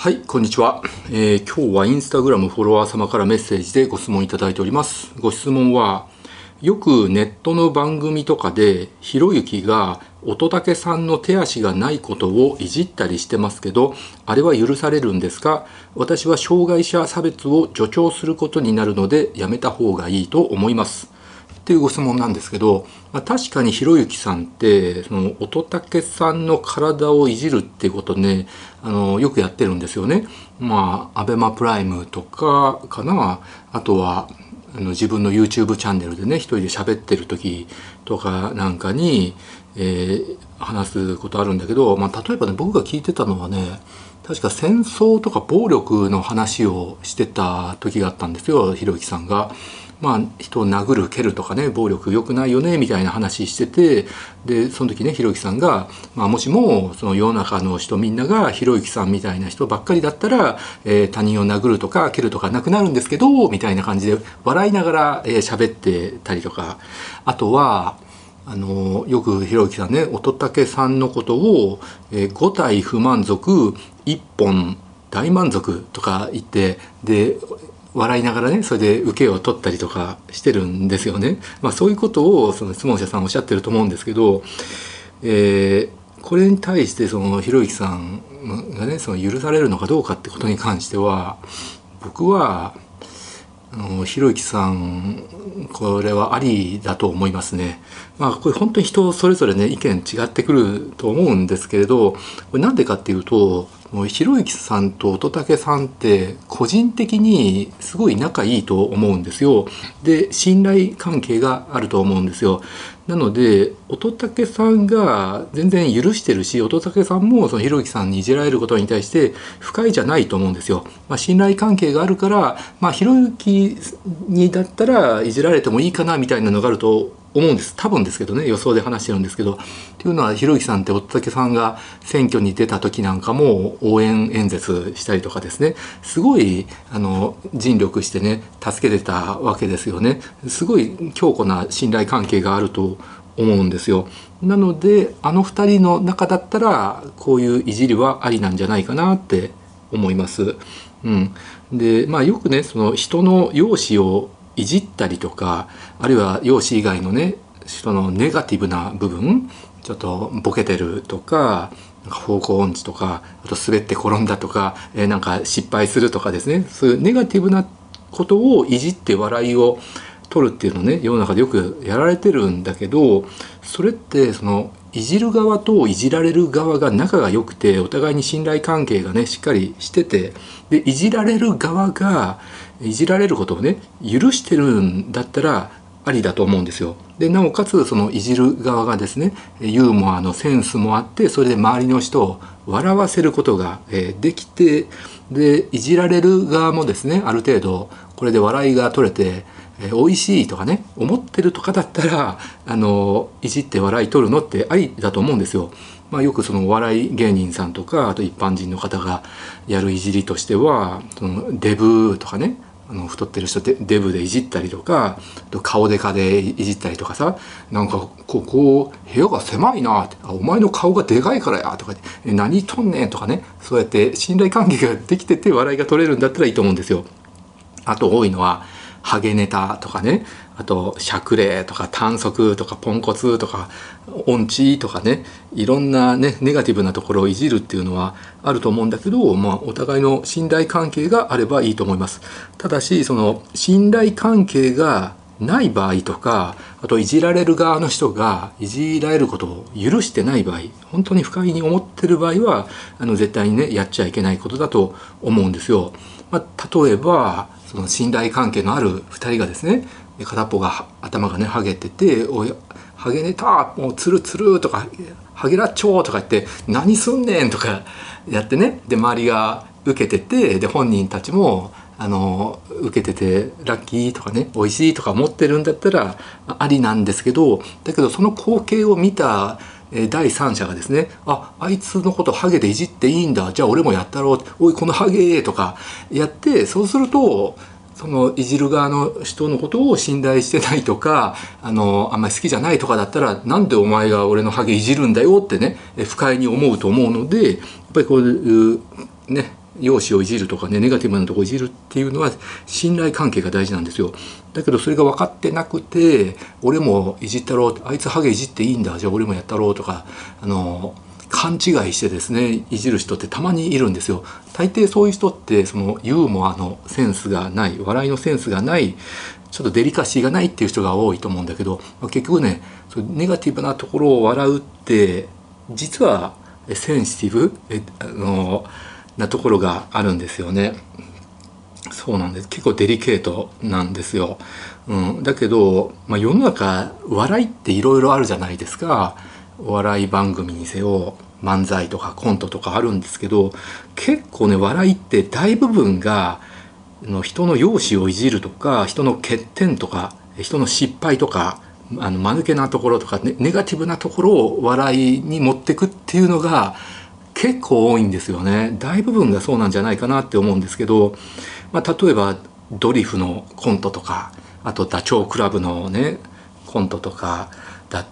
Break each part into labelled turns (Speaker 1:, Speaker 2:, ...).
Speaker 1: はい、こんにちは。今日はインスタグラムフォロワー様からメッセージでご質問いただいております。ご質問は、よくネットの番組とかで、ひろゆきが乙武さんの手足がないことをいじったりしてますけど、あれは許されるんですか？私は障害者差別を助長することになるので、やめた方がいいと思います。っていうご質問なんですけど、確かにひろゆきさんってその乙武さんの体をいじるっていうことね、よくやってるんですよね。アベマプライムとかかな、あとは自分の YouTube チャンネルでね、一人で喋ってる時とかなんかに、話すことあるんだけど、例えばね、僕が聞いてたのはね、確か戦争とか暴力の話をしてた時があったんですよ、ひろゆきさんが。人を殴る蹴るとかね、暴力良くないよねみたいな話してて、でその時ね、ひろゆきさんが、もしもその世の中の人みんながひろゆきさんみたいな人ばっかりだったら、他人を殴るとか蹴るとかなくなるんですけどみたいな感じで笑いながら喋ってたりとか、あとはよくひろゆきさんね、乙武さんのことを5体不満足1本大満足とか言って、で笑いながらね、それで受けを取ったりとかしてるんですよね。そういうことをその質問者さんおっしゃってると思うんですけど、これに対してそのひろゆきさんがね、その許されるのかどうかってことに関しては、僕はひろゆきさんこれはありだと思いますね。これ本当に人それぞれね、意見違ってくると思うんですけれど、これなんでかっていうと、ひろゆきさんと乙武さんって個人的にすごい仲いいと思うんですよ。で信頼関係があると思うんですよ。なので乙武さんが全然許してるし、乙武さんもそのひろゆきさんにいじられることに対して不快じゃないと思うんですよ。信頼関係があるから、ひろゆきにだったらいじられてもいいかなみたいなのがあると思うんです。多分ですけどね、予想で話してるんですけど。っていうのは、ひろゆきさんって乙武さんが選挙に出た時なんかも応援演説したりとかですね、すごい尽力してね助けてたわけですよね。すごい強固な信頼関係があると思うんですよ。なので二人の中だったらこういういじりはありなんじゃないかなって思います。でよくね、その人の容姿をいじったりとか、あるいは容姿以外のね、人のネガティブな部分、ちょっとボケてるとか、方向音痴とか、あと滑って転んだとか、なんか失敗するとかですね、そういうネガティブなことをいじって笑いを取るっていうのね、世の中でよくやられてるんだけど、それってそのいじる側といじられる側が仲が良くて、お互いに信頼関係がねしっかりしてて、でいじられる側がいじられることをね許してるんだったらありだと思うんですよ。でなおかつそのいじる側がですね、ユーモアのセンスもあって、それで周りの人を笑わせることができて、でいじられる側もですね、ある程度これで笑いが取れて美味しいとかね思ってるとかだったら、いじって笑い取るのってありだと思うんですよ。よくそのお笑い芸人さんとか、あと一般人の方がやるいじりとしては、そのデブとかね、太ってる人ってデブでいじったりとか、顔デカでいじったりとかさ、なんかここ部屋が狭いなって、お前の顔がでかいからやとか言って、何言っとんねんとかね、そうやって信頼関係ができてて笑いが取れるんだったらいいと思うんですよ。あと多いのはハゲネタとかね、あとしゃくれとか短足とかポンコツとか音痴とかね、いろんなねネガティブなところをいじるっていうのはあると思うんだけど、お互いの信頼関係があればいいと思います。ただしその信頼関係がない場合とか、あといじられる側の人がいじられることを許してない場合、本当に不快に思ってる場合は絶対にねやっちゃいけないことだと思うんですよ。例えばその信頼関係のある2人がですね、片っぽが頭がねハゲてて「おいハゲネタもうツルツル」とか「ハゲラッチョ」とか言って「何すんねん」とかやってね、で周りが受けてて、で本人たちも受けててラッキーとかね、美味しいとか思ってるんだったらありなんですけど、だけどその光景を見た第三者がですね、あいつのことハゲでいじっていいんだ、じゃあ俺もやったろう、おいこのハゲとかやって、そうするとそのいじる側の人のことを信頼してないとか、あんまり好きじゃないとかだったら、なんでお前が俺のハゲいじるんだよってね、不快に思うと思うので、やっぱりこういうね容姿をいじるとかね、ネガティブなとこをいじるっていうのは信頼関係が大事なんですよ。だけどそれが分かってなくて、俺もいじったろう、あいつハゲいじっていいんだ、じゃあ俺もやったろうとか、勘違いしてですねいじる人ってたまにいるんですよ。大抵そういう人ってそのユーモアのセンスがない、笑いのセンスがない、ちょっとデリカシーがないっていう人が多いと思うんだけど、結局ね、ネガティブなところを笑うって実はセンシティブなところがあるんですよね。そうなんです。結構デリケートなんですよ。だけど、世の中笑いっていろいろあるじゃないですか。お笑い番組にせよ漫才とかコントとかあるんですけど、結構ね笑いって大部分が人の容姿をいじるとか、人の欠点とか、人の失敗とか、間抜けなところとか、ネガティブなところを笑いに持ってくっていうのが結構多いんですよね。大部分がそうなんじゃないかなって思うんですけど、例えばドリフのコントとか、あとダチョウ倶楽部のねコントとかだって、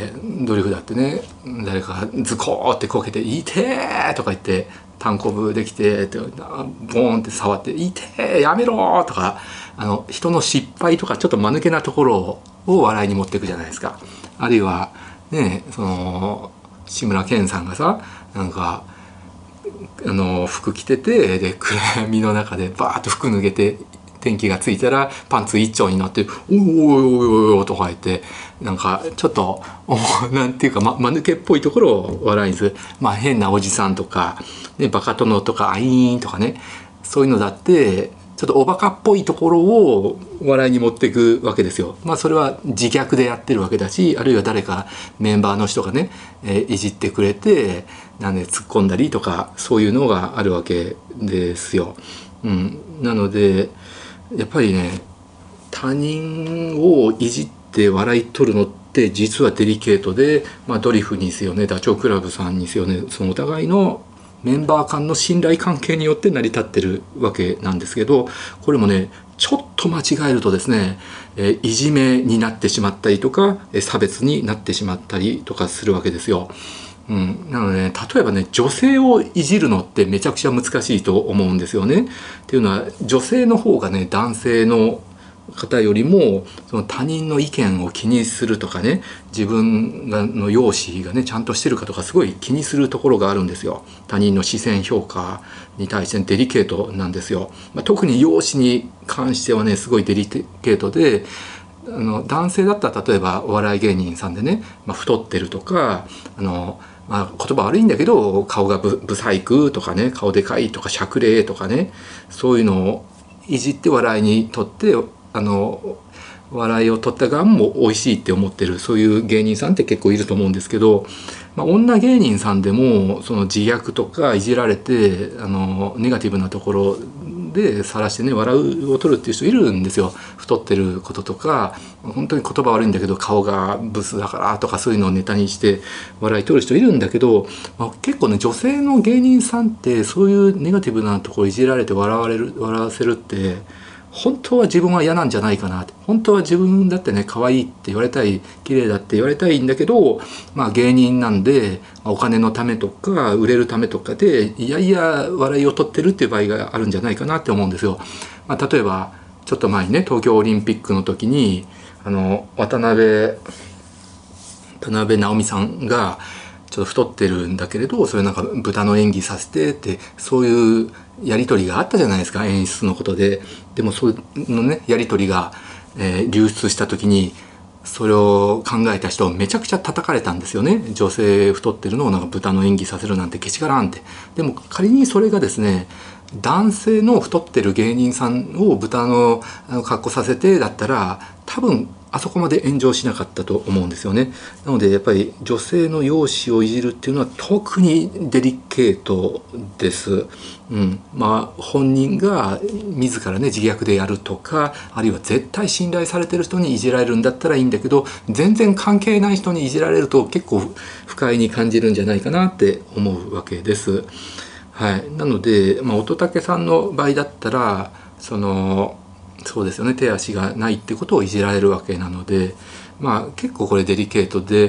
Speaker 1: ドリフだってね、誰かズコーってこけて「いてー!」とか言って単行部できてってボーンって触って「いてーやめろ!」とか、人の失敗とかちょっと間抜けなところを笑いに持っていくじゃないですか。あるいはね、志村けんさんがさ、なんか服着てて、で暗闇の中でバーッと服脱げて電気がついたらパンツ一丁になって「おいおいおいおい」とか言って、なんかちょっとなんていうか、間抜けっぽいところを笑いにする、変なおじさんとか、ね、バカ殿とかアイーンとかね、そういうのだってちょっとおバカっぽいところを笑いに持っていくわけですよ。それは自虐でやってるわけだし、あるいは誰かメンバーの人がね、いじってくれてなんで突っ込んだりとか、そういうのがあるわけですよ。なのでやっぱりね、他人をいじって笑い取るのって実はデリケートで、ドリフにせよね、ダチョウ倶楽部さんにせよね、そのお互いのメンバー間の信頼関係によって成り立ってるわけなんですけど、これもねちょっと間違えるとですね、いじめになってしまったりとか、差別になってしまったりとかするわけですよ。なので、ね、例えばね女性をいじるのってめちゃくちゃ難しいと思うんですよね。っていうのは、女性の方がね男性の方よりもその他人の意見を気にするとかね、自分の容姿がねちゃんとしてるかとかすごい気にするところがあるんですよ。他人の視線評価に対してデリケートなんですよ。特に容姿に関してはねすごいデリケートで、男性だったら例えばお笑い芸人さんでね、太ってるとか、言葉悪いんだけど顔がブサイクとかね、顔でかいとかしゃくれとかね、そういうのをいじって笑いにとって笑いを取った側も美味しいって思ってる、そういう芸人さんって結構いると思うんですけど、女芸人さんでもその自虐とかいじられてネガティブなところで晒してね笑うを取るっていう人いるんですよ。太ってることとか、本当に言葉悪いんだけど顔がブスだからとか、そういうのをネタにして笑い取る人いるんだけど、結構ね女性の芸人さんってそういうネガティブなところいじられて笑わせるって本当は自分は嫌なんじゃないかなって。本当は自分だってね可愛いって言われたい、綺麗だって言われたいんだけど、芸人なんでお金のためとか売れるためとかでいやいや笑いを取ってるっていう場合があるんじゃないかなって思うんですよ。例えばちょっと前にね東京オリンピックの時に渡辺直美さんがちょっと太ってるんだけれど、それなんか豚の演技させてって、そういうやり取りがあったじゃないですか、演出のことで。でもそのねやり取りが、流出した時にそれを考えた人をめちゃくちゃ叩かれたんですよね。女性太ってるのをなんか豚の演技させるなんてけしからんって。でも仮にそれがですね、男性の太ってる芸人さんを豚の格好させてだったら多分あそこまで炎上しなかったと思うんですよね。なのでやっぱり女性の容姿をいじるっていうのは特にデリケートです。本人が自らね自虐でやるとか、あるいは絶対信頼されてる人にいじられるんだったらいいんだけど、全然関係ない人にいじられると結構不快に感じるんじゃないかなって思うわけです。なので、乙武さんの場合だったらそうですよね、手足がないってことをいじられるわけなので、結構これデリケートで、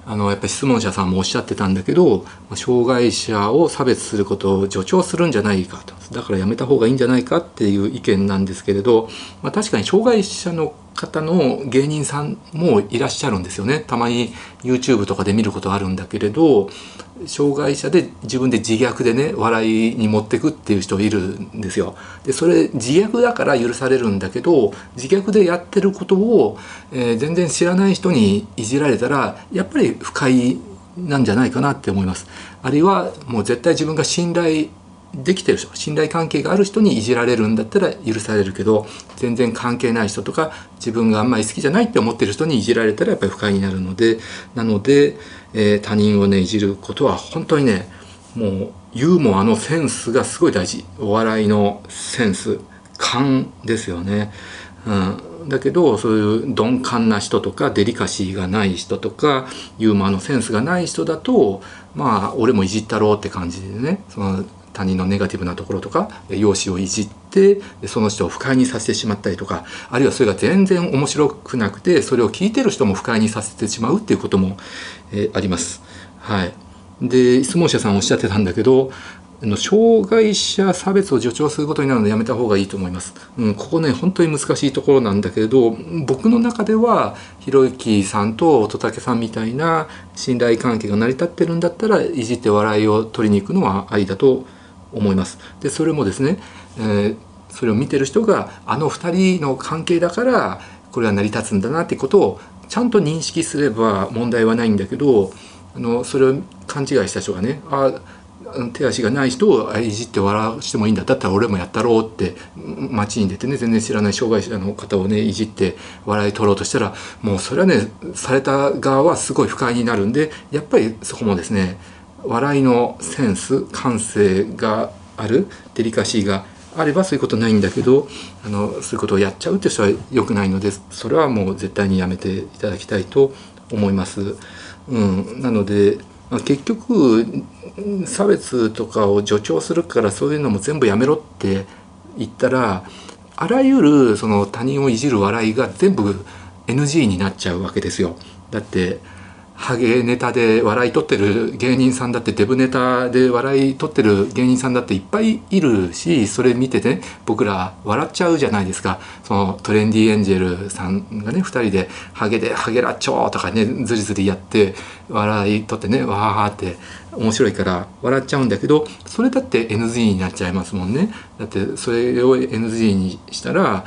Speaker 1: やっぱり質問者さんもおっしゃってたんだけど、障害者を差別することを助長するんじゃないかと、だからやめた方がいいんじゃないかっていう意見なんですけれど、確かに障害者の方の芸人さんもいらっしゃるんですよね。たまに YouTube とかで見ることあるんだけれど、障害者で自分で自虐でね笑いに持ってくっていう人いるんですよ。でそれ自虐だから許されるんだけど、自虐でやってることを、全然知らない人にいじられたらやっぱり不快なんじゃないかなって思います。あるいはもう絶対自分が信頼できてる人、信頼関係がある人にいじられるんだったら許されるけど、全然関係ない人とか自分があんまり好きじゃないって思ってる人にいじられたらやっぱり不快になるので、他人をねいじることは本当にね、もうユーモアのセンスがすごい大事。お笑いのセンス、勘ですよね。だけどそういう鈍感な人とかデリカシーがない人とかユーモアのセンスがない人だと、俺もいじったろうって感じでね、その他人のネガティブなところとか容姿をいじってその人を不快にさせてしまったりとか、あるいはそれが全然面白くなくてそれを聞いてる人も不快にさせてしまうっていうことも、あります。はい。で質問者さんおっしゃってたんだけど、障害者差別を助長することになるのでやめた方がいいと思います。ここね本当に難しいところなんだけれど、僕の中ではひろゆきさんと乙武さんみたいな信頼関係が成り立ってるんだったらいじって笑いを取りに行くのはありだと思います。でそれもですね、それを見てる人があの2人の関係だからこれは成り立つんだなってことをちゃんと認識すれば問題はないんだけど、それを勘違いした人がね、手足がない人をいじって笑わしてもいいんだったら俺もやったろうって街に出てね、全然知らない障害者の方をねいじって笑い取ろうとしたら、もうそれはねされた側はすごい不快になるんで、やっぱりそこもですね笑いのセンス感性がある、デリカシーがあればそういうことないんだけど、そういうことをやっちゃうって人は良くないので、それはもう絶対にやめていただきたいと思います。なので結局差別とかを助長するからそういうのも全部やめろって言ったら、あらゆるその他人をいじる笑いが全部 NG になっちゃうわけですよ。だってハゲネタで笑い取ってる芸人さんだって、デブネタで笑い取ってる芸人さんだっていっぱいいるし、それ見てて、僕ら笑っちゃうじゃないですか。そのトレンディエンジェルさんがね2人でハゲラッチョーとかねズリズリやって笑い取ってねわーって面白いから笑っちゃうんだけど、それだって NG になっちゃいますもんね。だってそれを NG にしたら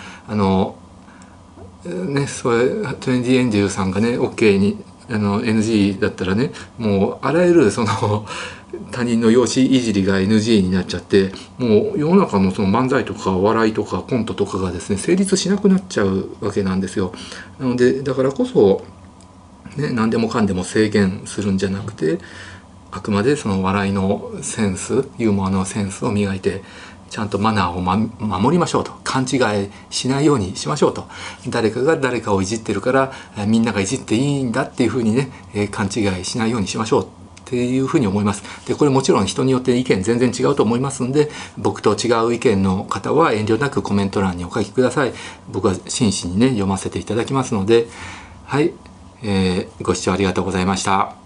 Speaker 1: それトレンディエンジェルさんがね OK にNG だったらね、もうあらゆるその他人の容姿いじりが NG になっちゃって、もう世の中のその漫才とか笑いとかコントとかがですね成立しなくなっちゃうわけなんですよ。なのでだからこそ、何でもかんでも制限するんじゃなくて、あくまでその笑いのセンス、ユーモアのセンスを磨いてちゃんとマナーを、守りましょうと、勘違いしないようにしましょうと、誰かが誰かをいじってるからみんながいじっていいんだっていうふうにね、勘違いしないようにしましょうっていうふうに思います。でこれもちろん人によって意見全然違うと思いますんで、僕と違う意見の方は遠慮なくコメント欄にお書きください。僕は真摯にね読ませていただきますので、はい、ご視聴ありがとうございました。